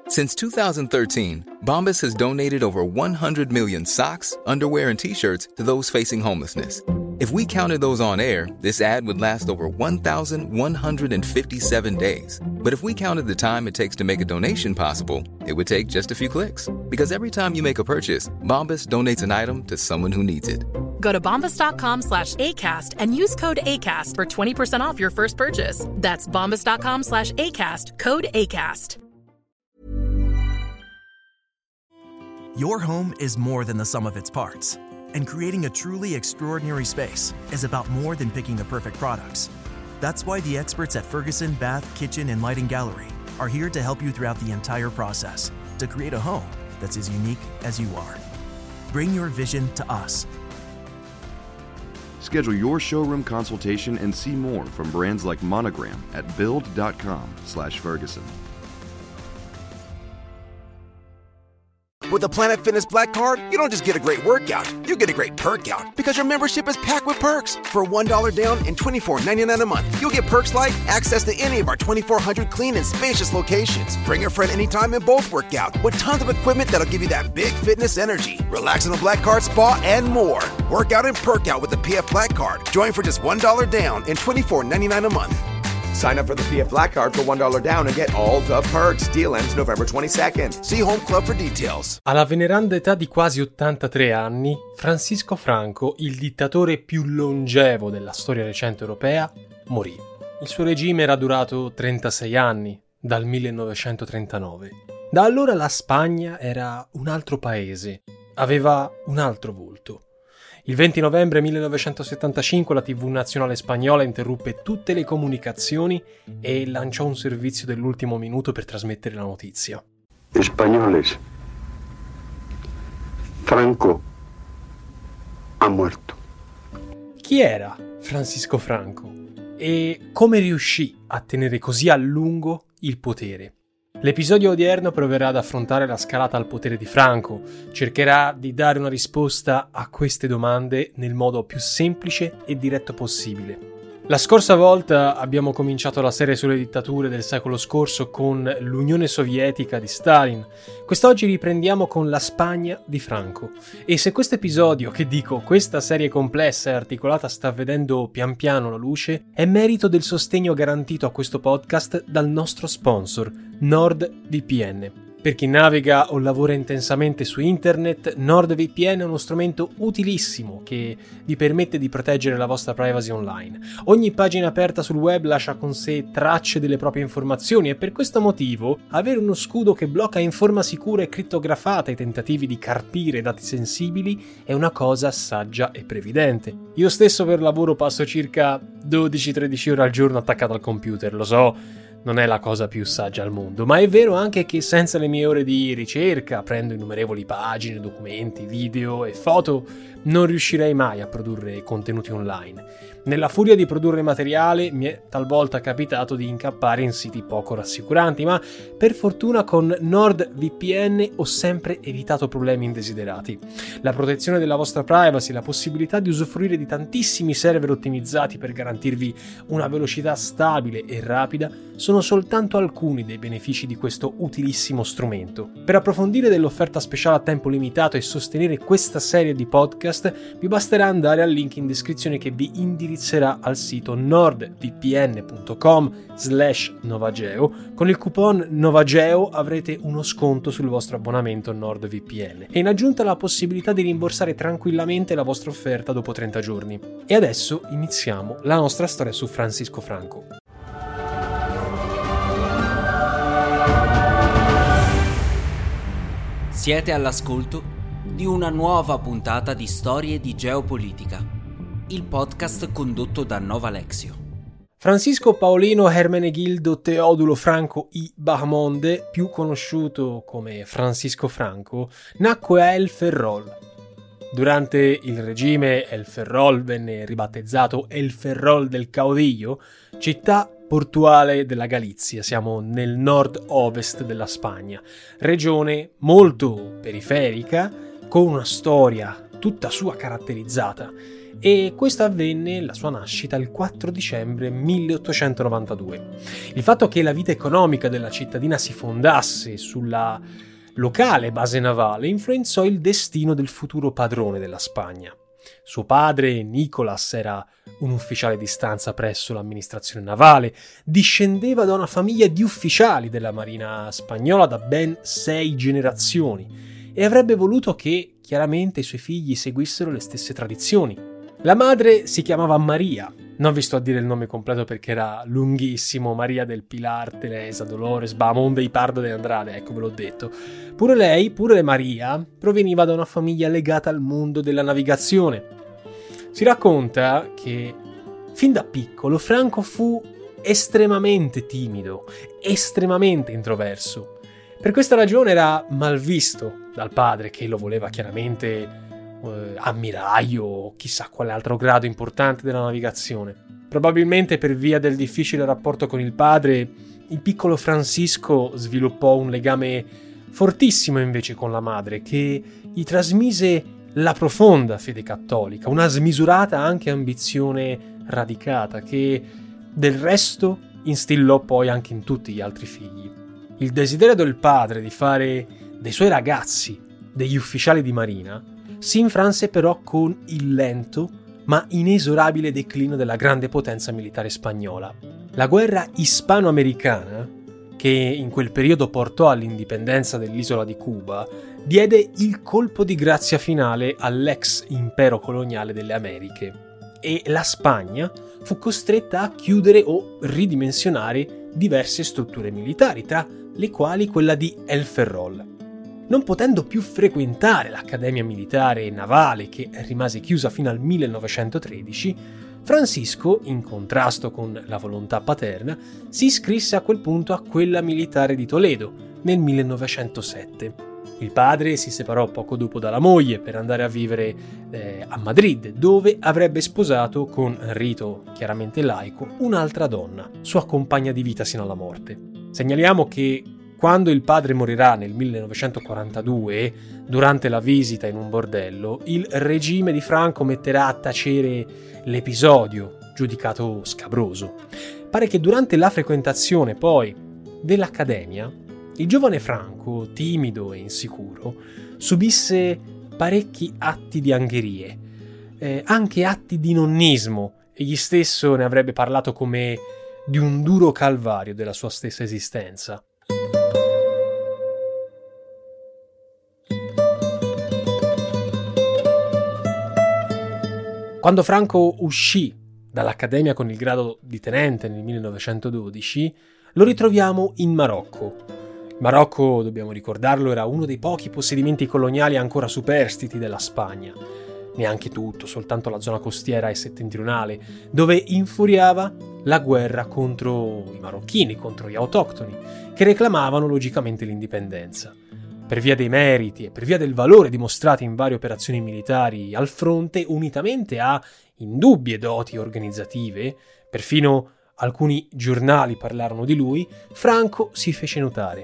Since 2013, Bombas has donated over 100 million socks, underwear, and T-shirts to those facing homelessness. If we counted those on air, this ad would last over 1,157 days. But if we counted the time it takes to make a donation possible, it would take just a few clicks. Because every time you make a purchase, Bombas donates an item to someone who needs it. Go to bombas.com/ACAST and use code ACAST for 20% off your first purchase. That's bombas.com/ACAST, code ACAST. Your home is more than the sum of its parts. And creating a truly extraordinary space is about more than picking the perfect products. That's why the experts at Ferguson Bath, Kitchen, and Lighting Gallery are here to help you throughout the entire process to create a home that's as unique as you are. Bring your vision to us. Schedule your showroom consultation and see more from brands like Monogram at build.com/Ferguson. With the Planet Fitness Black Card, you don't just get a great workout, you get a great perk out because your membership is packed with perks. For $1 down and $24.99 a month, you'll get perks like access to any of our 2,400 clean and spacious locations. Bring a friend anytime and both work out with tons of equipment that'll give you that big fitness energy. Relax in the Black Card spa and more. Work out and perk out with the PF Black Card. Join for just $1 down and $24.99 a month. Sign up for the PF Black Card for $1 down and get all the perks. Deal ends November 22nd. See Home Club for details. Alla veneranda età di quasi 83 anni, Francisco Franco, il dittatore più longevo della storia recente europea, morì. Il suo regime era durato 36 anni, dal 1939. Da allora la Spagna era un altro paese, aveva un altro volto. Il 20 novembre 1975 la TV nazionale spagnola interruppe tutte le comunicazioni e lanciò un servizio dell'ultimo minuto per trasmettere la notizia. Españoles, Franco ha muerto. Chi era Francisco Franco? E come riuscì a tenere così a lungo il potere? L'episodio odierno proverà ad affrontare la scalata al potere di Franco, cercherà di dare una risposta a queste domande nel modo più semplice e diretto possibile. La scorsa volta abbiamo cominciato la serie sulle dittature del secolo scorso con l'Unione Sovietica di Stalin. Quest'oggi riprendiamo con la Spagna di Franco. E se questo episodio, questa serie complessa e articolata sta vedendo pian piano la luce, è merito del sostegno garantito a questo podcast dal nostro sponsor, NordVPN. Per chi naviga o lavora intensamente su internet, NordVPN è uno strumento utilissimo che vi permette di proteggere la vostra privacy online. Ogni pagina aperta sul web lascia con sé tracce delle proprie informazioni e per questo motivo avere uno scudo che blocca in forma sicura e crittografata i tentativi di carpire dati sensibili è una cosa saggia e previdente. Io stesso per lavoro passo circa 12-13 ore al giorno attaccato al computer, lo so. Non è la cosa più saggia al mondo, ma è vero anche che senza le mie ore di ricerca, aprendo innumerevoli pagine, documenti, video e foto, non riuscirei mai a produrre contenuti online. Nella furia di produrre materiale mi è talvolta capitato di incappare in siti poco rassicuranti, ma per fortuna con NordVPN ho sempre evitato problemi indesiderati. La protezione della vostra privacy, la possibilità di usufruire di tantissimi server ottimizzati per garantirvi una velocità stabile e rapida sono soltanto alcuni dei benefici di questo utilissimo strumento. Per approfondire dell'offerta speciale a tempo limitato e sostenere questa serie di podcast, vi basterà andare al link in descrizione che vi indirizzerà al sito nordvpn.com/Novageo. Con il coupon Novageo avrete uno sconto sul vostro abbonamento NordVPN e in aggiunta la possibilità di rimborsare tranquillamente la vostra offerta dopo 30 giorni. E adesso iniziamo la nostra storia su Francisco Franco. Siete all'ascolto di una nuova puntata di Storie di Geopolitica, il podcast condotto da Nova Lexio. Francisco Paolino Hermenegildo Teodulo Franco I Bahamonde, più conosciuto come Francisco Franco, nacque a El Ferrol. Durante il regime El Ferrol venne ribattezzato El Ferrol del Caudillo, città portuale della Galizia, siamo nel nord-ovest della Spagna, regione molto periferica, con una storia tutta sua caratterizzata. e questo avvenne, la sua nascita, il 4 dicembre 1892. Il fatto che la vita economica della cittadina si fondasse sulla locale base navale influenzò il destino del futuro padrone della Spagna. Suo padre, Nicolas, era un ufficiale di stanza presso l'amministrazione navale, discendeva da una famiglia di ufficiali della marina spagnola da ben 6 generazioni e avrebbe voluto che, chiaramente, i suoi figli seguissero le stesse tradizioni. La madre si chiamava Maria, non vi sto a dire il nome completo perché era lunghissimo, Maria del Pilar, Teresa, Dolores, Bahamonde y Pardo de Andrade, ecco ve l'ho detto. Pure lei, pure Maria, proveniva da una famiglia legata al mondo della navigazione. Si racconta che fin da piccolo Franco fu estremamente timido, estremamente introverso. Per questa ragione era malvisto dal padre, che lo voleva chiaramente ammiraglio o chissà quale altro grado importante della navigazione. Probabilmente per via del difficile rapporto con il padre, il piccolo Francisco sviluppò un legame fortissimo invece con la madre, che gli trasmise la profonda fede cattolica, una smisurata anche ambizione radicata che del resto instillò poi anche in tutti gli altri figli. Il desiderio del padre di fare dei suoi ragazzi degli ufficiali di marina si infranse però con il lento ma inesorabile declino della grande potenza militare spagnola. La guerra ispano-americana, che in quel periodo portò all'indipendenza dell'isola di Cuba, diede il colpo di grazia finale all'ex impero coloniale delle Americhe e la Spagna fu costretta a chiudere o ridimensionare diverse strutture militari, tra le quali quella di El Ferrol. Non potendo più frequentare l'Accademia Militare e Navale, che rimase chiusa fino al 1913, Francisco, in contrasto con la volontà paterna, si iscrisse a quel punto a quella militare di Toledo nel 1907. Il padre si separò poco dopo dalla moglie per andare a vivere a Madrid, dove avrebbe sposato, con rito chiaramente laico, un'altra donna, sua compagna di vita sino alla morte. Segnaliamo che quando il padre morirà nel 1942, durante la visita in un bordello, il regime di Franco metterà a tacere l'episodio, giudicato scabroso. Pare che durante la frequentazione poi dell'Accademia, il giovane Franco, timido e insicuro, subisse parecchi atti di angherie, anche atti di nonnismo. Egli stesso ne avrebbe parlato come di un duro calvario della sua stessa esistenza. Quando Franco uscì dall'Accademia con il grado di tenente nel 1912, lo ritroviamo in Marocco. Il Marocco, dobbiamo ricordarlo, era uno dei pochi possedimenti coloniali ancora superstiti della Spagna. Neanche tutto, soltanto la zona costiera e settentrionale, dove infuriava la guerra contro i marocchini, contro gli autoctoni, che reclamavano logicamente l'indipendenza. Per via dei meriti e per via del valore dimostrati in varie operazioni militari al fronte, unitamente a indubbie doti organizzative, perfino alcuni giornali parlarono di lui, Franco si fece notare.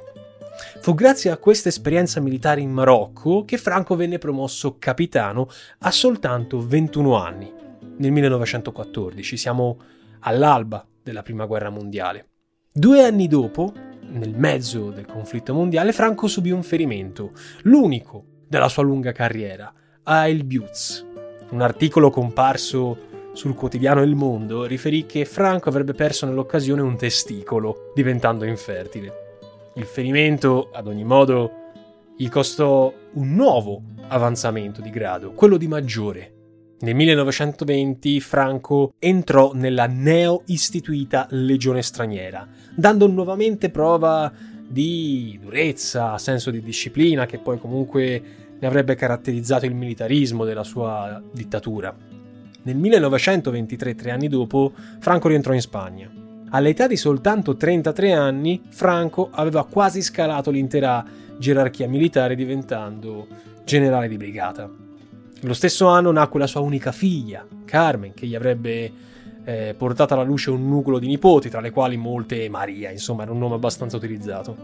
Fu grazie a questa esperienza militare in Marocco che Franco venne promosso capitano a soltanto 21 anni, nel 1914, siamo all'alba della Prima Guerra Mondiale. 2 anni dopo, nel mezzo del conflitto mondiale, Franco subì un ferimento, l'unico della sua lunga carriera, a El Biuz. Un articolo comparso sul quotidiano Il Mondo riferì che Franco avrebbe perso nell'occasione un testicolo, diventando infertile. Il ferimento, ad ogni modo, gli costò un nuovo avanzamento di grado, quello di maggiore. Nel 1920 Franco entrò nella neo-istituita Legione Straniera, dando nuovamente prova di durezza, senso di disciplina che poi comunque ne avrebbe caratterizzato il militarismo della sua dittatura. Nel 1923, 3 anni dopo, Franco rientrò in Spagna. All'età di soltanto 33 anni, Franco aveva quasi scalato l'intera gerarchia militare diventando generale di brigata. Lo stesso anno nacque la sua unica figlia, Carmen, che gli avrebbe portato alla luce un nucleo di nipoti, tra le quali molte Maria, insomma era un nome abbastanza utilizzato.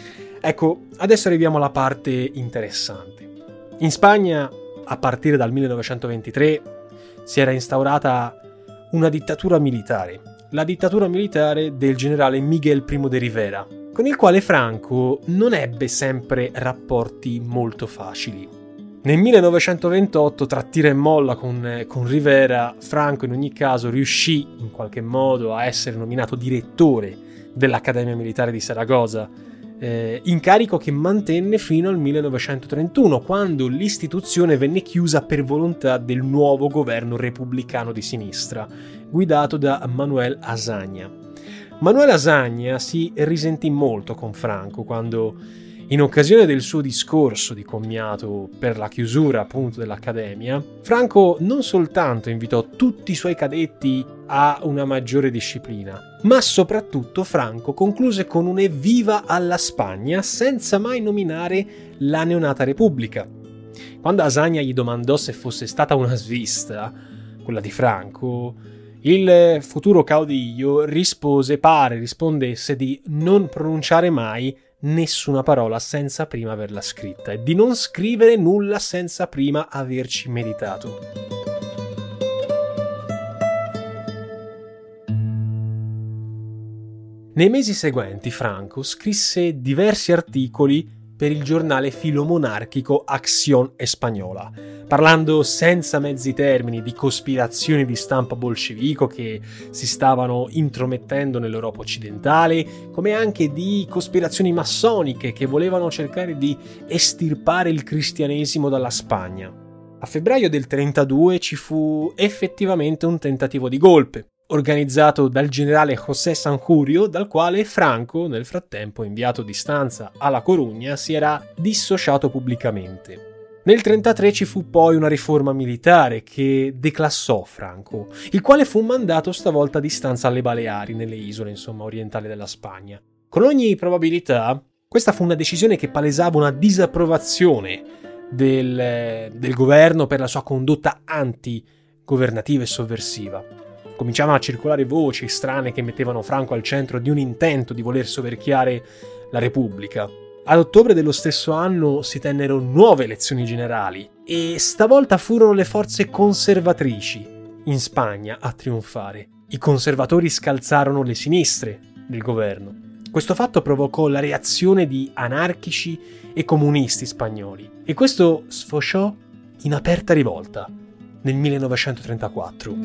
Ecco, adesso arriviamo alla parte interessante. In Spagna, a partire dal 1923, si era instaurata una dittatura militare, la dittatura militare del generale Miguel Primo de Rivera, con il quale Franco non ebbe sempre rapporti molto facili. Nel 1928, tra tira e molla con Rivera, Franco in ogni caso riuscì in qualche modo a essere nominato direttore dell'Accademia Militare di Saragozza, incarico che mantenne fino al 1931, quando l'istituzione venne chiusa per volontà del nuovo governo repubblicano di sinistra, guidato da Manuel Azaña. Manuel Azaña si risentì molto con Franco quando, in occasione del suo discorso di commiato per la chiusura appunto dell'Accademia, Franco non soltanto invitò tutti i suoi cadetti a una maggiore disciplina, ma soprattutto Franco concluse con un evviva alla Spagna senza mai nominare la neonata Repubblica. Quando Azaña gli domandò se fosse stata una svista, quella di Franco, il futuro caudillo rispondesse di non pronunciare mai nessuna parola senza prima averla scritta e di non scrivere nulla senza prima averci meditato. Nei mesi seguenti Franco scrisse diversi articoli per il giornale filomonarchico Acción Española, parlando senza mezzi termini di cospirazioni di stampo bolscevico che si stavano intromettendo nell'Europa occidentale, come anche di cospirazioni massoniche che volevano cercare di estirpare il cristianesimo dalla Spagna. A febbraio del 32 ci fu effettivamente un tentativo di golpe, organizzato dal generale José Sanjurjo, dal quale Franco, nel frattempo inviato di stanza alla Corugna, si era dissociato pubblicamente. Nel 1933 ci fu poi una riforma militare che declassò Franco, il quale fu mandato stavolta di stanza alle Baleari, nelle isole orientali della Spagna. Con ogni probabilità, questa fu una decisione che palesava una disapprovazione del governo per la sua condotta anti-governativa e sovversiva. Cominciavano a circolare voci strane che mettevano Franco al centro di un intento di voler soverchiare la Repubblica. Ad ottobre dello stesso anno si tennero nuove elezioni generali e stavolta furono le forze conservatrici in Spagna a trionfare. I conservatori scalzarono le sinistre del governo. Questo fatto provocò la reazione di anarchici e comunisti spagnoli e questo sfociò in aperta rivolta nel 1934.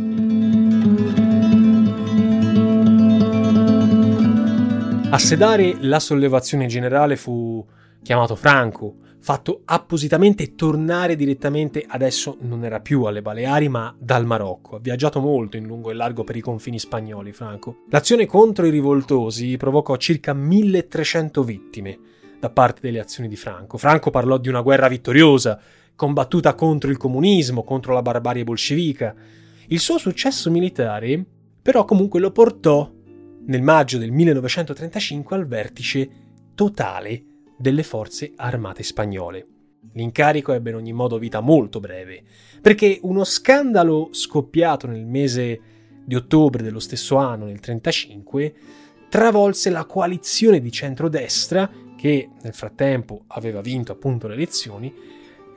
A sedare la sollevazione generale fu chiamato Franco, fatto appositamente tornare direttamente, adesso non era più alle Baleari ma dal Marocco. Ha viaggiato molto in lungo e largo per i confini spagnoli Franco. L'azione contro i rivoltosi provocò circa 1300 vittime da parte delle azioni di Franco. Franco parlò di una guerra vittoriosa, combattuta contro il comunismo, contro la barbarie bolscevica. Il suo successo militare però comunque lo portò nel maggio del 1935 al vertice totale delle forze armate spagnole. L'incarico ebbe in ogni modo vita molto breve, perché uno scandalo scoppiato nel mese di ottobre dello stesso anno, nel 1935, travolse la coalizione di centrodestra, che nel frattempo aveva vinto appunto le elezioni,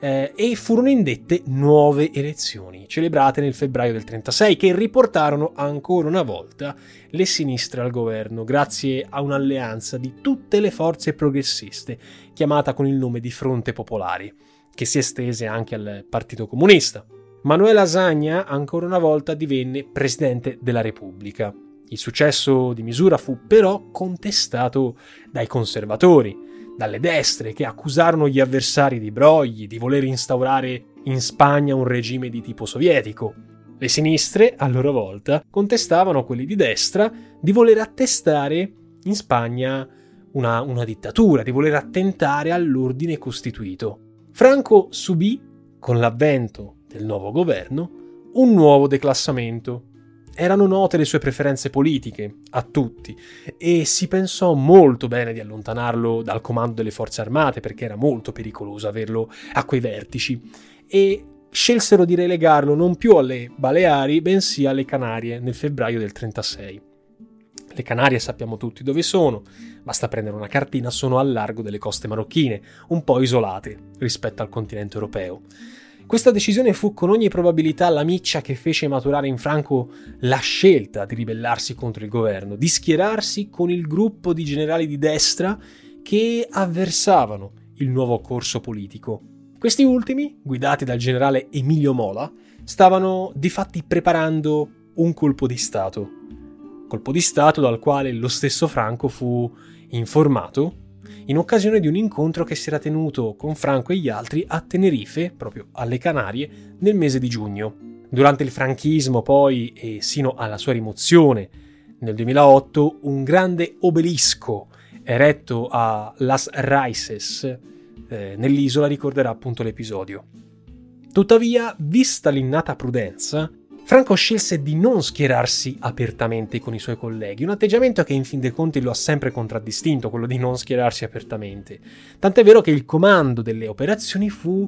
e furono indette nuove elezioni, celebrate nel febbraio del 1936, che riportarono ancora una volta le sinistre al governo, grazie a un'alleanza di tutte le forze progressiste, chiamata con il nome di Fronte Popolare, che si estese anche al Partito Comunista. Manuel Azaña ancora una volta divenne presidente della Repubblica. Il successo di misura fu però contestato dai conservatori, dalle destre, che accusarono gli avversari di brogli, di voler instaurare in Spagna un regime di tipo sovietico. Le sinistre, a loro volta, contestavano quelli di destra di voler attestare in Spagna una dittatura, di voler attentare all'ordine costituito. Franco subì, con l'avvento del nuovo governo, un nuovo declassamento. Erano note le sue preferenze politiche, a tutti, e si pensò molto bene di allontanarlo dal comando delle forze armate perché era molto pericoloso averlo a quei vertici, e scelsero di relegarlo non più alle Baleari, bensì alle Canarie nel febbraio del 1936. Le Canarie sappiamo tutti dove sono, basta prendere una cartina, sono al largo delle coste marocchine, un po' isolate rispetto al continente europeo. Questa decisione fu con ogni probabilità la miccia che fece maturare in Franco la scelta di ribellarsi contro il governo, di schierarsi con il gruppo di generali di destra che avversavano il nuovo corso politico. Questi ultimi, guidati dal generale Emilio Mola, stavano difatti preparando un colpo di Stato dal quale lo stesso Franco fu informato in occasione di un incontro che si era tenuto con Franco e gli altri a Tenerife, proprio alle Canarie, nel mese di giugno. Durante il franchismo poi, e sino alla sua rimozione nel 2008, un grande obelisco eretto a Las Raíces nell'isola ricorderà appunto l'episodio. Tuttavia, vista l'innata prudenza, Franco scelse di non schierarsi apertamente con i suoi colleghi, un atteggiamento che in fin dei conti lo ha sempre contraddistinto, quello di non schierarsi apertamente. Tant'è vero che il comando delle operazioni fu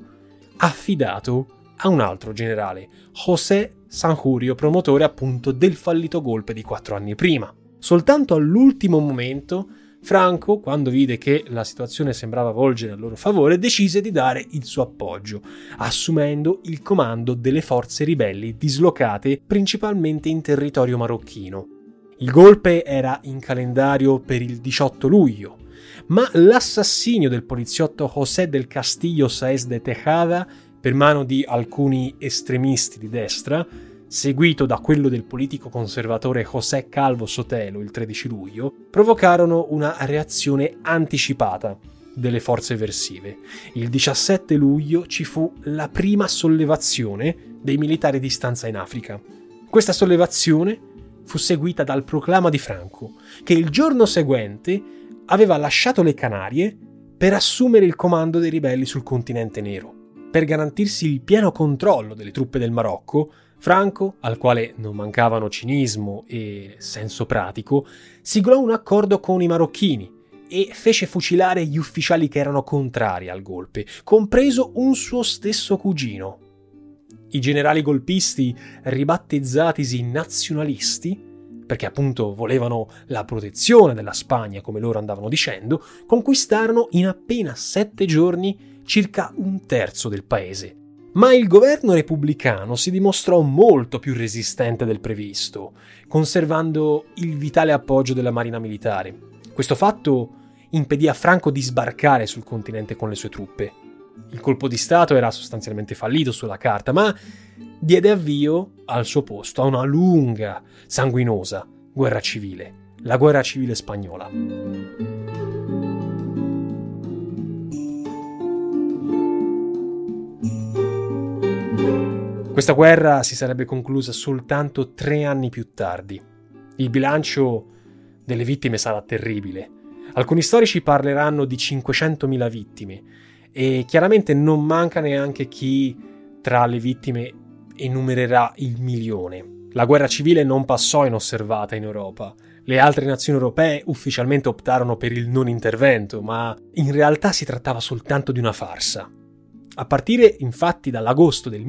affidato a un altro generale, José Sanjurjo, promotore appunto del fallito golpe di 4 anni prima. Soltanto all'ultimo momento Franco, quando vide che la situazione sembrava volgere a loro favore, decise di dare il suo appoggio, assumendo il comando delle forze ribelli dislocate principalmente in territorio marocchino. Il golpe era in calendario per il 18 luglio, ma l'assassinio del poliziotto José del Castillo Sáez de Tejada per mano di alcuni estremisti di destra, seguito da quello del politico conservatore José Calvo Sotelo il 13 luglio, provocarono una reazione anticipata delle forze eversive. Il 17 luglio ci fu la prima sollevazione dei militari di stanza in Africa. Questa sollevazione fu seguita dal proclama di Franco, che il giorno seguente aveva lasciato le Canarie per assumere il comando dei ribelli sul continente nero. Per garantirsi il pieno controllo delle truppe del Marocco, Franco, al quale non mancavano cinismo e senso pratico, siglò un accordo con i marocchini e fece fucilare gli ufficiali che erano contrari al golpe, compreso un suo stesso cugino. I generali golpisti, ribattezzatisi nazionalisti, perché appunto volevano la protezione della Spagna, come loro andavano dicendo, conquistarono in appena 7 giorni circa un terzo del paese. Ma il governo repubblicano si dimostrò molto più resistente del previsto, conservando il vitale appoggio della marina militare. Questo fatto impedì a Franco di sbarcare sul continente con le sue truppe. Il colpo di Stato era sostanzialmente fallito sulla carta, ma diede avvio al suo posto a una lunga, sanguinosa guerra civile, la guerra civile spagnola. Questa guerra si sarebbe conclusa soltanto 3 anni più tardi. Il bilancio delle vittime sarà terribile. Alcuni storici parleranno di 500.000 vittime e chiaramente non manca neanche chi tra le vittime enumererà il 1.000.000. La guerra civile non passò inosservata in Europa. Le altre nazioni europee ufficialmente optarono per il non intervento, ma in realtà si trattava soltanto di una farsa. A partire infatti dall'agosto del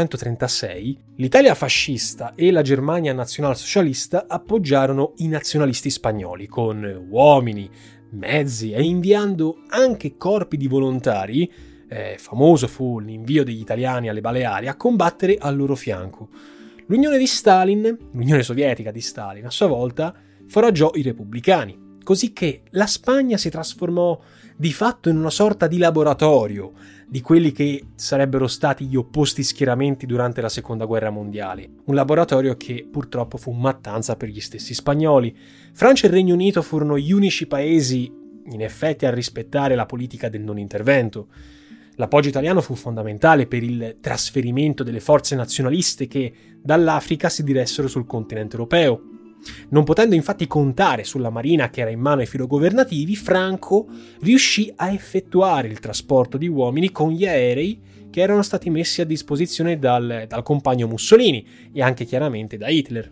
1936, l'Italia fascista e la Germania nazionalsocialista appoggiarono i nazionalisti spagnoli con uomini, mezzi e inviando anche corpi di volontari. Famoso fu l'invio degli italiani alle Baleari a combattere al loro fianco. L'Unione Sovietica di Stalin, a sua volta, foraggiò i repubblicani, così che la Spagna si trasformò di fatto in una sorta di laboratorio di quelli che sarebbero stati gli opposti schieramenti durante la Seconda Guerra Mondiale. Un laboratorio che purtroppo fu mattanza per gli stessi spagnoli. Francia e Regno Unito furono gli unici paesi, in effetti, a rispettare la politica del non intervento. L'appoggio italiano fu fondamentale per il trasferimento delle forze nazionaliste che dall'Africa si diressero sul continente europeo. Non potendo infatti contare sulla marina che era in mano ai filogovernativi, Franco riuscì a effettuare il trasporto di uomini con gli aerei che erano stati messi a disposizione dal compagno Mussolini e anche chiaramente da Hitler.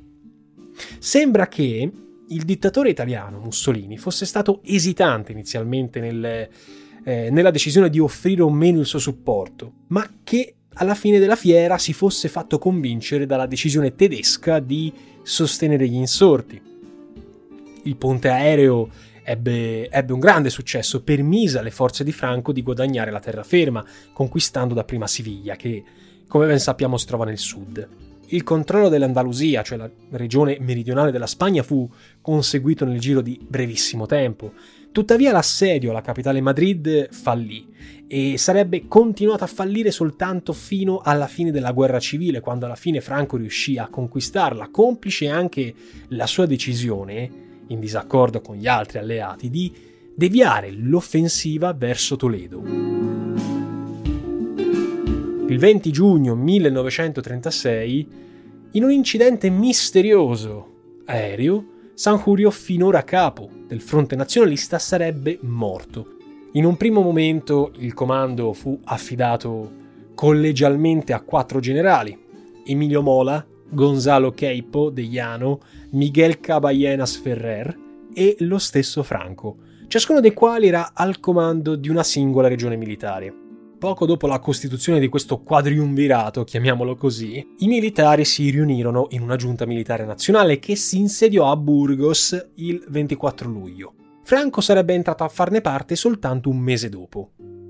Sembra che il dittatore italiano Mussolini fosse stato esitante inizialmente nella decisione di offrire o meno il suo supporto, ma che alla fine della fiera si fosse fatto convincere dalla decisione tedesca di sostenere gli insorti. Il ponte aereo ebbe un grande successo, permise alle forze di Franco di guadagnare la terraferma, conquistando dapprima Siviglia, che come ben sappiamo si trova nel sud. Il controllo dell'Andalusia, cioè la regione meridionale della Spagna, fu conseguito nel giro di brevissimo tempo. Tuttavia l'assedio alla capitale Madrid fallì e sarebbe continuato a fallire soltanto fino alla fine della guerra civile, quando alla fine Franco riuscì a conquistarla, complice anche la sua decisione, in disaccordo con gli altri alleati, di deviare l'offensiva verso Toledo. Il 20 giugno 1936, in un incidente misterioso aereo, Sanjurjo, finora capo del fronte nazionalista, sarebbe morto. In un primo momento il comando fu affidato collegialmente a 4 generali: Emilio Mola, Gonzalo Queipo de Llano, Miguel Caballenas Ferrer e lo stesso Franco, ciascuno dei quali era al comando di una singola regione militare. Poco dopo la costituzione di questo quadriumvirato, chiamiamolo così, i militari si riunirono in una giunta militare nazionale che si insediò a Burgos il 24 luglio. Franco sarebbe entrato a farne parte soltanto un mese dopo.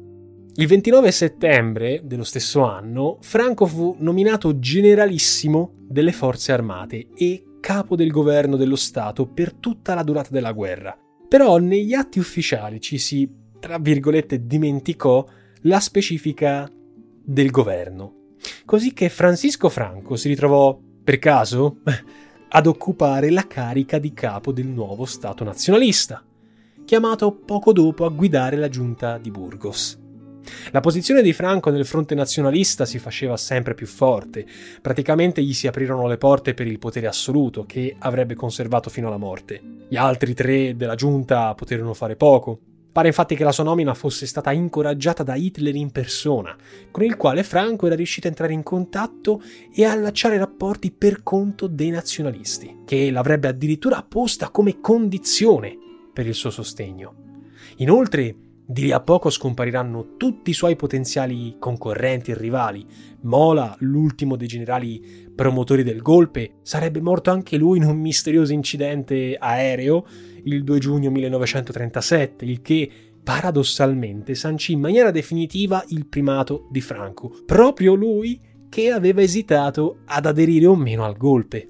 Il 29 settembre dello stesso anno, Franco fu nominato generalissimo delle forze armate e capo del governo dello Stato per tutta la durata della guerra. Però negli atti ufficiali ci si, tra virgolette, dimenticò la specifica del governo, così che Francisco Franco si ritrovò, per caso, ad occupare la carica di capo del nuovo Stato nazionalista, chiamato poco dopo a guidare la giunta di Burgos. La posizione di Franco nel fronte nazionalista si faceva sempre più forte, praticamente gli si aprirono le porte per il potere assoluto, che avrebbe conservato fino alla morte. Gli altri 3 della giunta poterono fare poco. Pare infatti che la sua nomina fosse stata incoraggiata da Hitler in persona, con il quale Franco era riuscito a entrare in contatto e a allacciare rapporti per conto dei nazionalisti, che l'avrebbe addirittura posta come condizione per il suo sostegno. Inoltre, di lì a poco scompariranno tutti i suoi potenziali concorrenti e rivali. Mola, l'ultimo dei generali promotori del golpe, sarebbe morto anche lui in un misterioso incidente aereo il 2 giugno 1937, il che paradossalmente sancì in maniera definitiva il primato di Franco, proprio lui che aveva esitato ad aderire o meno al golpe.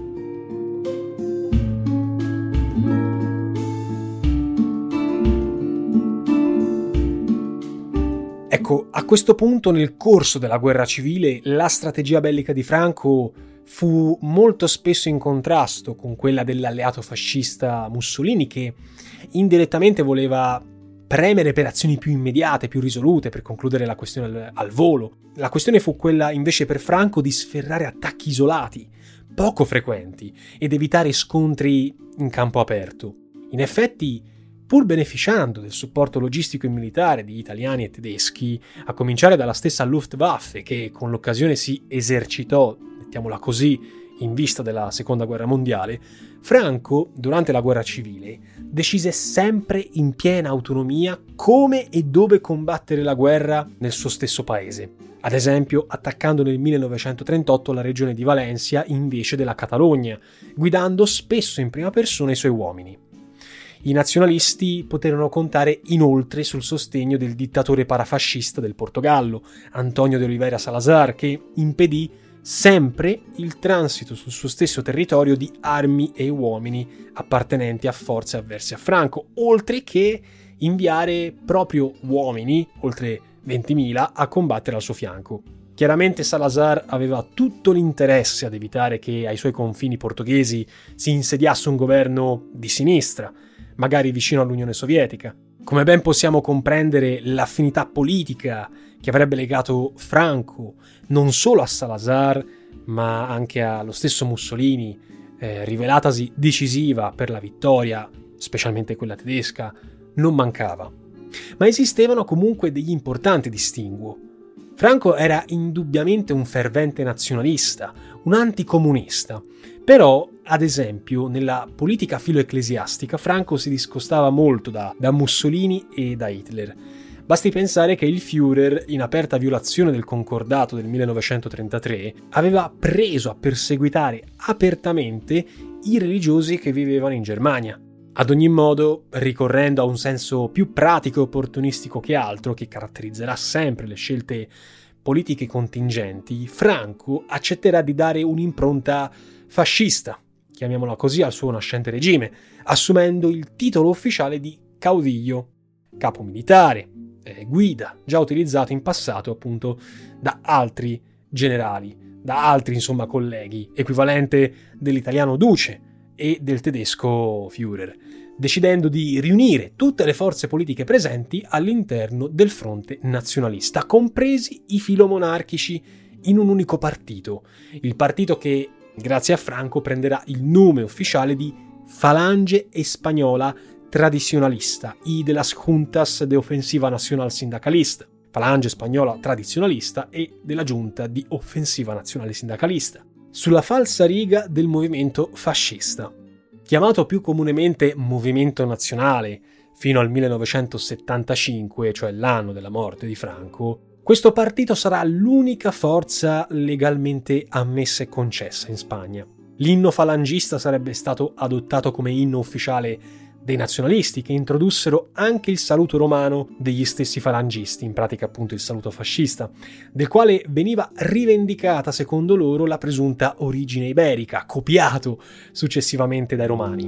Ecco, a questo punto nel corso della guerra civile la strategia bellica di Franco fu molto spesso in contrasto con quella dell'alleato fascista Mussolini, che indirettamente voleva premere per azioni più immediate, più risolute, per concludere la questione al volo. La questione fu quella invece per Franco di sferrare attacchi isolati, poco frequenti, ed evitare scontri in campo aperto. In effetti, pur beneficiando del supporto logistico e militare di italiani e tedeschi, a cominciare dalla stessa Luftwaffe, che con l'occasione si esercitò, mettiamola così, in vista della Seconda Guerra Mondiale, Franco, durante la guerra civile, decise sempre in piena autonomia come e dove combattere la guerra nel suo stesso paese. Ad esempio, attaccando nel 1938 la regione di Valencia invece della Catalogna, guidando spesso in prima persona i suoi uomini. I nazionalisti poterono contare inoltre sul sostegno del dittatore parafascista del Portogallo, António de Oliveira Salazar, che impedì sempre il transito sul suo stesso territorio di armi e uomini appartenenti a forze avverse a Franco, oltre che inviare proprio uomini, oltre 20.000, a combattere al suo fianco. Chiaramente Salazar aveva tutto l'interesse ad evitare che ai suoi confini portoghesi si insediasse un governo di sinistra, magari vicino all'Unione Sovietica. Come ben possiamo comprendere, l'affinità politica che avrebbe legato Franco non solo a Salazar, ma anche allo stesso Mussolini, rivelatasi decisiva per la vittoria, specialmente quella tedesca, non mancava. Ma esistevano comunque degli importanti distinguo. Franco era indubbiamente un fervente nazionalista, un anticomunista, però, ad esempio, nella politica filoecclesiastica Franco si discostava molto da Mussolini e da Hitler. Basti pensare che il Führer, in aperta violazione del concordato del 1933, aveva preso a perseguitare apertamente i religiosi che vivevano in Germania. Ad ogni modo, ricorrendo a un senso più pratico e opportunistico che altro, che caratterizzerà sempre le scelte politiche contingenti, Franco accetterà di dare un'impronta fascista, chiamiamola così, al suo nascente regime, assumendo il titolo ufficiale di caudillo, capo militare, guida, già utilizzato in passato appunto da altri generali, da altri colleghi, equivalente dell'italiano duce e del tedesco Führer, decidendo di riunire tutte le forze politiche presenti all'interno del fronte nazionalista, compresi i filomonarchici, in un unico partito, il partito che, grazie a Franco, prenderà il nome ufficiale di Falange Española Tradicionalista y de las Juntas de Ofensiva Nacional Sindicalista, Falange Spagnola Tradizionalista e della Giunta di Offensiva Nazionale Sindacalista, sulla falsa riga del movimento fascista. Chiamato più comunemente Movimento Nazionale fino al 1975, cioè l'anno della morte di Franco, questo partito sarà l'unica forza legalmente ammessa e concessa in Spagna. L'inno falangista sarebbe stato adottato come inno ufficiale dei nazionalisti, che introdussero anche il saluto romano degli stessi falangisti, in pratica appunto il saluto fascista, del quale veniva rivendicata secondo loro la presunta origine iberica, copiato successivamente dai romani.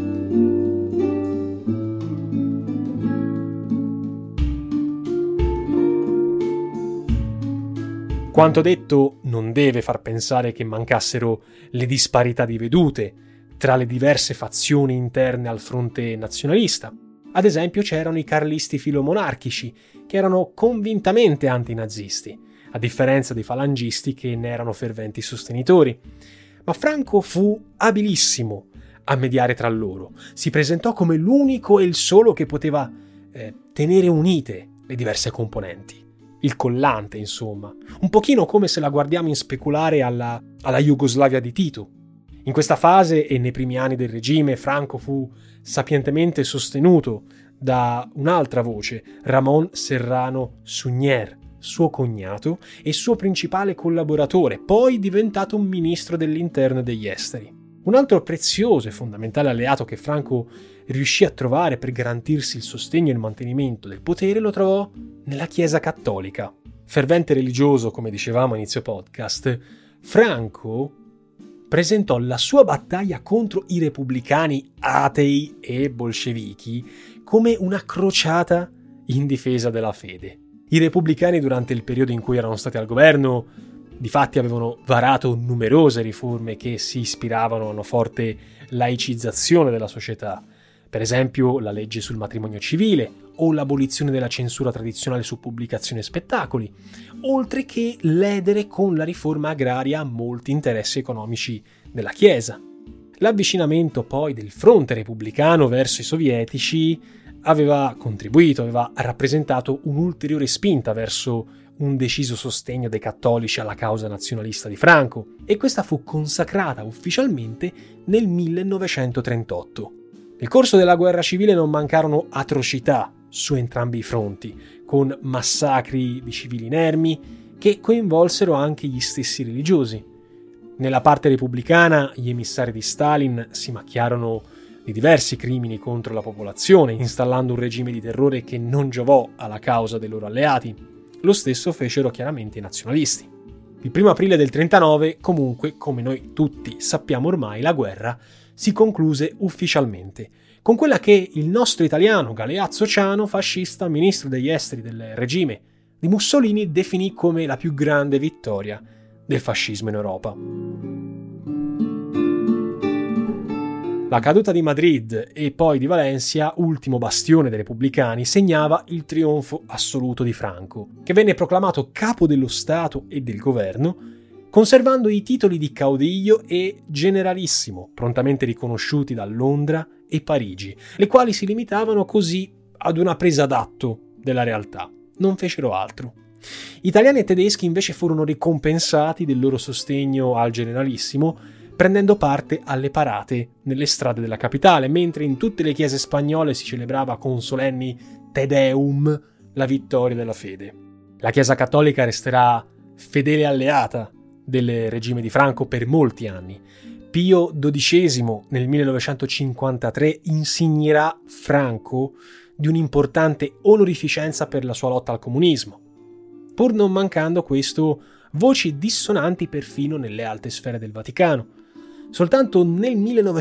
Quanto detto non deve far pensare che mancassero le disparità di vedute tra le diverse fazioni interne al fronte nazionalista. Ad esempio c'erano i carlisti filomonarchici, che erano convintamente antinazisti, a differenza dei falangisti che ne erano ferventi sostenitori. Ma Franco fu abilissimo a mediare tra loro. Si presentò come l'unico e il solo che poteva tenere unite le diverse componenti. Il collante, insomma. Un pochino come se la guardiamo in speculare alla Jugoslavia di Tito. In questa fase e nei primi anni del regime, Franco fu sapientemente sostenuto da un'altra voce, Ramón Serrano Suñer, suo cognato e suo principale collaboratore, poi diventato un ministro dell'interno e degli esteri. Un altro prezioso e fondamentale alleato che Franco riuscì a trovare per garantirsi il sostegno e il mantenimento del potere lo trovò nella Chiesa cattolica. Fervente religioso, come dicevamo a inizio podcast, Franco presentò la sua battaglia contro i repubblicani atei e bolscevichi come una crociata in difesa della fede. I repubblicani, durante il periodo in cui erano stati al governo, difatti avevano varato numerose riforme che si ispiravano a una forte laicizzazione della società, per esempio la legge sul matrimonio civile o l'abolizione della censura tradizionale su pubblicazioni e spettacoli, oltre che ledere con la riforma agraria molti interessi economici della Chiesa. L'avvicinamento poi del fronte repubblicano verso i sovietici aveva rappresentato un'ulteriore spinta verso un deciso sostegno dei cattolici alla causa nazionalista di Franco, e questa fu consacrata ufficialmente nel 1938. Nel corso della guerra civile non mancarono atrocità su entrambi i fronti, con massacri di civili inermi che coinvolsero anche gli stessi religiosi. Nella parte repubblicana gli emissari di Stalin si macchiarono di diversi crimini contro la popolazione, installando un regime di terrore che non giovò alla causa dei loro alleati. Lo stesso fecero chiaramente i nazionalisti. Il 1 aprile del 1939, comunque, come noi tutti sappiamo ormai, la guerra si concluse ufficialmente, con quella che il nostro italiano Galeazzo Ciano, fascista ministro degli esteri del regime di Mussolini, definì come la più grande vittoria del fascismo in Europa. La caduta di Madrid e poi di Valencia, ultimo bastione dei repubblicani, segnava il trionfo assoluto di Franco, che venne proclamato capo dello Stato e del governo, conservando i titoli di caudillo e generalissimo, prontamente riconosciuti da Londra e Parigi, le quali si limitavano così ad una presa d'atto della realtà. Non fecero altro. Italiani e tedeschi invece furono ricompensati del loro sostegno al generalissimo, prendendo parte alle parate nelle strade della capitale, mentre in tutte le chiese spagnole si celebrava con solenni Te Deum la vittoria della fede. La Chiesa cattolica resterà fedele alleata del regime di Franco per molti anni, Pio XII nel 1953 insignerà Franco di un'importante onorificenza per la sua lotta al comunismo, pur non mancando questo voci dissonanti perfino nelle alte sfere del Vaticano. Soltanto nel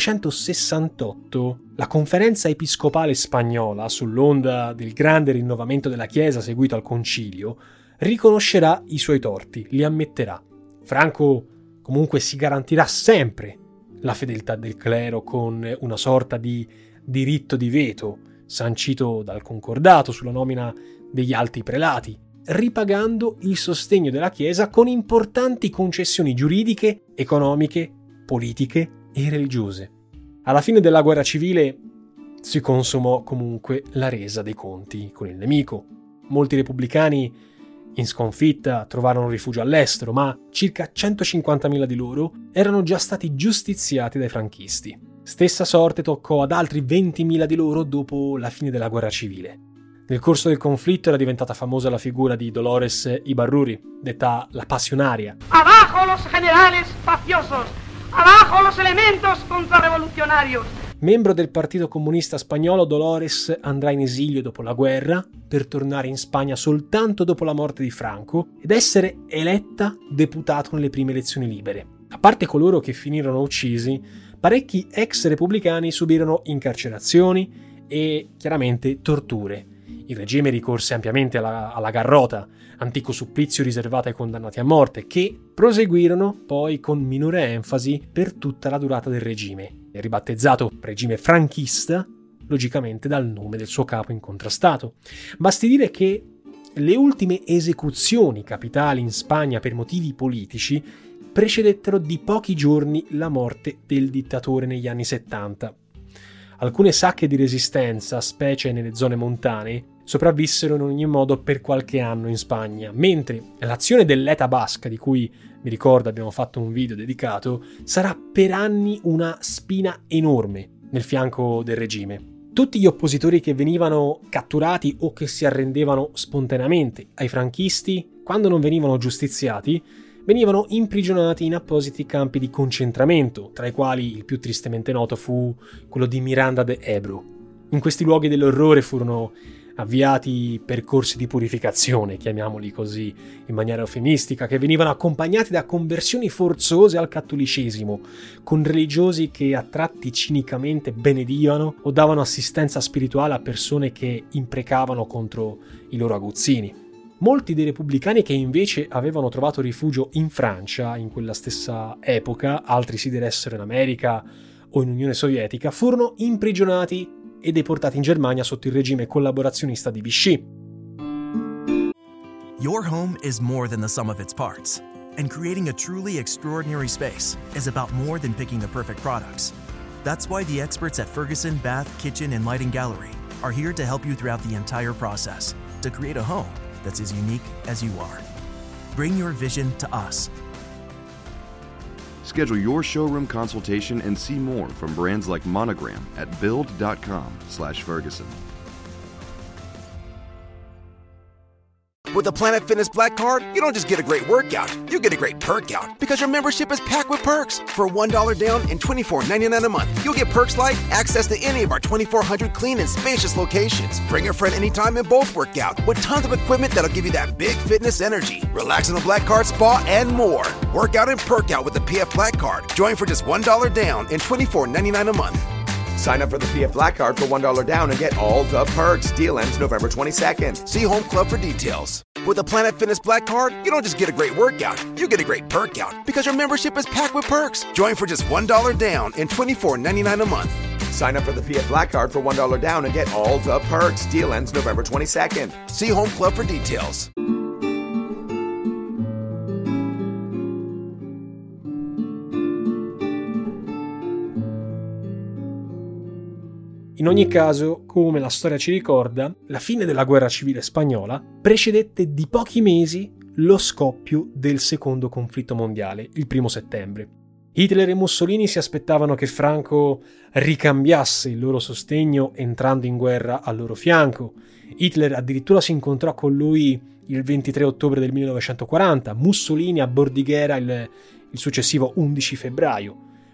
1968 la Conferenza Episcopale Spagnola, sull'onda del grande rinnovamento della Chiesa seguito al Concilio, riconoscerà i suoi torti, li ammetterà. Franco comunque si garantirà sempre la fedeltà del clero con una sorta di diritto di veto, sancito dal concordato sulla nomina degli alti prelati, ripagando il sostegno della Chiesa con importanti concessioni giuridiche, economiche, politiche e religiose. Alla fine della guerra civile si consumò comunque la resa dei conti con il nemico. Molti repubblicani in sconfitta trovarono rifugio all'estero, ma circa 150.000 di loro erano già stati giustiziati dai franchisti. Stessa sorte toccò ad altri 20.000 di loro dopo la fine della guerra civile. Nel corso del conflitto era diventata famosa la figura di Dolores Ibarruri, detta la Passionaria. ¡Abajo los generales mafiosos! ¡Abajo los elementos contrarrevolucionarios! Membro del Partito Comunista Spagnolo, Dolores andrà in esilio dopo la guerra per tornare in Spagna soltanto dopo la morte di Franco ed essere eletta deputato nelle prime elezioni libere. A parte coloro che finirono uccisi, parecchi ex repubblicani subirono incarcerazioni e chiaramente torture. Il regime ricorse ampiamente alla garrota, antico supplizio riservato ai condannati a morte, che proseguirono poi con minore enfasi per tutta la durata del regime. È ribattezzato regime franchista, logicamente dal nome del suo capo incontrastato. Basti dire che le ultime esecuzioni capitali in Spagna per motivi politici precedettero di pochi giorni la morte del dittatore negli anni 70. Alcune sacche di resistenza, specie nelle zone montane, sopravvissero in ogni modo per qualche anno in Spagna, mentre l'azione dell'ETA basca, di cui mi ricordo abbiamo fatto un video dedicato, sarà per anni una spina enorme nel fianco del regime. Tutti gli oppositori che venivano catturati o che si arrendevano spontaneamente ai franchisti, quando non venivano giustiziati, venivano imprigionati in appositi campi di concentramento, tra i quali il più tristemente noto fu quello di Miranda de Ebro. In questi luoghi dell'orrore furono avviati percorsi di purificazione, chiamiamoli così in maniera eufemistica, che venivano accompagnati da conversioni forzose al cattolicesimo, con religiosi che a tratti cinicamente benedivano o davano assistenza spirituale a persone che imprecavano contro i loro aguzzini. Molti dei repubblicani che invece avevano trovato rifugio in Francia in quella stessa epoca, altri si diressero in America o in Unione Sovietica, furono imprigionati e deportati in Germania sotto il regime collaborazionista di Vichy. Your home is more than the sum of its parts, and creating a truly extraordinary space is about more than picking the perfect products. That's why the experts at Ferguson Bath, Kitchen, and Lighting Gallery are here to help you throughout the entire process to create a home that's as unique as you are. Bring your vision to us. Schedule your showroom consultation and see more from brands like Monogram at build.com/Ferguson. With the Planet Fitness Black Card, you don't just get a great workout, you get a great perk out because your membership is packed with perks. For $1 down and $24.99 a month, you'll get perks like access to any of our 2,400 clean and spacious locations. Bring a friend anytime and both work out with tons of equipment that'll give you that big fitness energy. Relax in the Black Card spa and more. Work out and perk out with the PF Black Card. Join for just $1 down and $24.99 a month. Sign up for the PF Black Card for $1 down and get all the perks. Deal ends November 22nd. See Home Club for details. With the Planet Fitness Black Card, you don't just get a great workout, you get a great perk out because your membership is packed with perks. Join for just $1 down and $24.99 a month. Sign up for the PF Black Card for $1 down and get all the perks. Deal ends November 22nd. See Home Club for details. In ogni caso, come la storia ci ricorda, la fine della guerra civile spagnola precedette di pochi mesi lo scoppio del secondo conflitto mondiale, il 1 settembre. Hitler e Mussolini si aspettavano che Franco ricambiasse il loro sostegno entrando in guerra al loro fianco. Hitler addirittura si incontrò con lui il 23 ottobre del 1940, Mussolini a Bordighera il successivo 11 febbraio.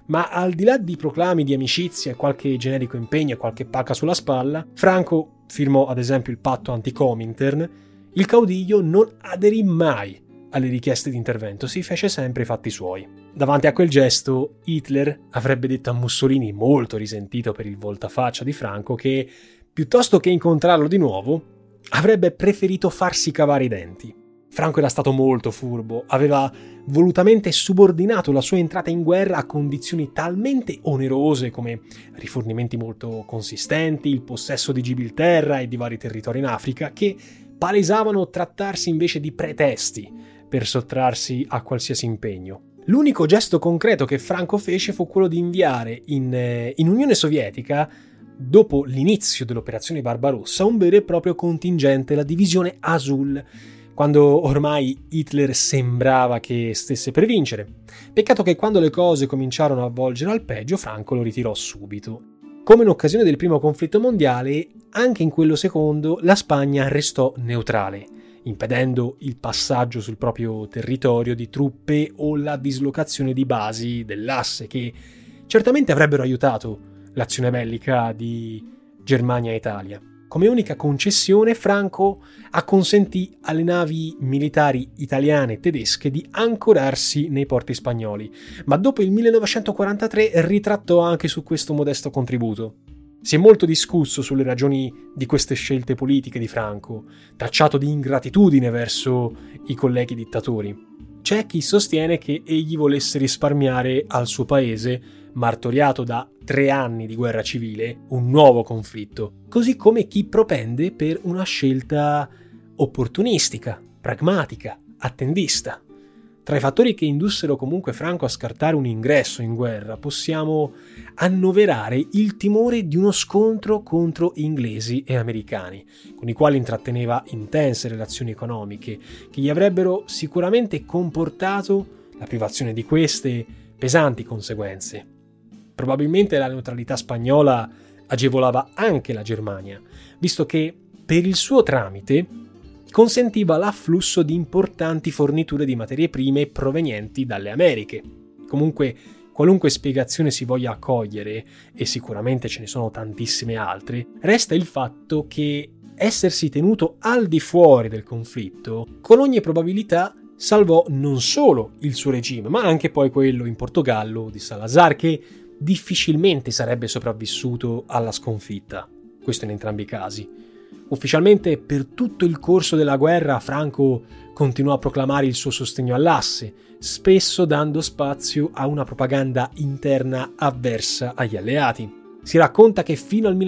Ma al di là di proclami di amicizia e qualche generico impegno e qualche pacca sulla spalla, Franco firmò ad esempio il patto anti-Comintern. Il caudillo non aderì mai alle richieste di intervento, si fece sempre i fatti suoi. Davanti a quel gesto, Hitler avrebbe detto a Mussolini, molto risentito per il voltafaccia di Franco, che piuttosto che incontrarlo di nuovo, avrebbe preferito farsi cavare i denti. Franco era stato molto furbo, aveva volutamente subordinato la sua entrata in guerra a condizioni talmente onerose come rifornimenti molto consistenti, il possesso di Gibilterra e di vari territori in Africa, che palesavano trattarsi invece di pretesti per sottrarsi a qualsiasi impegno. L'unico gesto concreto che Franco fece fu quello di inviare in Unione Sovietica, dopo l'inizio dell'operazione Barbarossa, un vero e proprio contingente, la divisione Azul, quando ormai Hitler sembrava che stesse per vincere. Peccato che quando le cose cominciarono a volgere al peggio, Franco lo ritirò subito. Come in occasione del primo conflitto mondiale, anche in quello secondo la Spagna restò neutrale, impedendo il passaggio sul proprio territorio di truppe o la dislocazione di basi dell'asse, che certamente avrebbero aiutato l'azione bellica di Germania e Italia. Come unica concessione, Franco acconsentì alle navi militari italiane e tedesche di ancorarsi nei porti spagnoli, ma dopo il 1943 ritrattò anche su questo modesto contributo. Si è molto discusso sulle ragioni di queste scelte politiche di Franco, tacciato di ingratitudine verso i colleghi dittatori. C'è chi sostiene che egli volesse risparmiare al suo paese, martoriato da 3 anni di guerra civile, un nuovo conflitto, così come chi propende per una scelta opportunistica, pragmatica, attendista. Tra i fattori che indussero comunque Franco a scartare un ingresso in guerra possiamo annoverare il timore di uno scontro contro inglesi e americani, con i quali intratteneva intense relazioni economiche che gli avrebbero sicuramente comportato la privazione di queste pesanti conseguenze. Probabilmente la neutralità spagnola agevolava anche la Germania, visto che per il suo tramite consentiva l'afflusso di importanti forniture di materie prime provenienti dalle Americhe. Comunque, qualunque spiegazione si voglia accogliere, e sicuramente ce ne sono tantissime altre, resta il fatto che essersi tenuto al di fuori del conflitto, con ogni probabilità salvò non solo il suo regime, ma anche poi quello in Portogallo di Salazar, che difficilmente sarebbe sopravvissuto alla sconfitta. Questo in entrambi i casi. Ufficialmente, per tutto il corso della guerra, Franco continuò a proclamare il suo sostegno all'asse, spesso dando spazio a una propaganda interna avversa agli alleati. Si racconta che fino al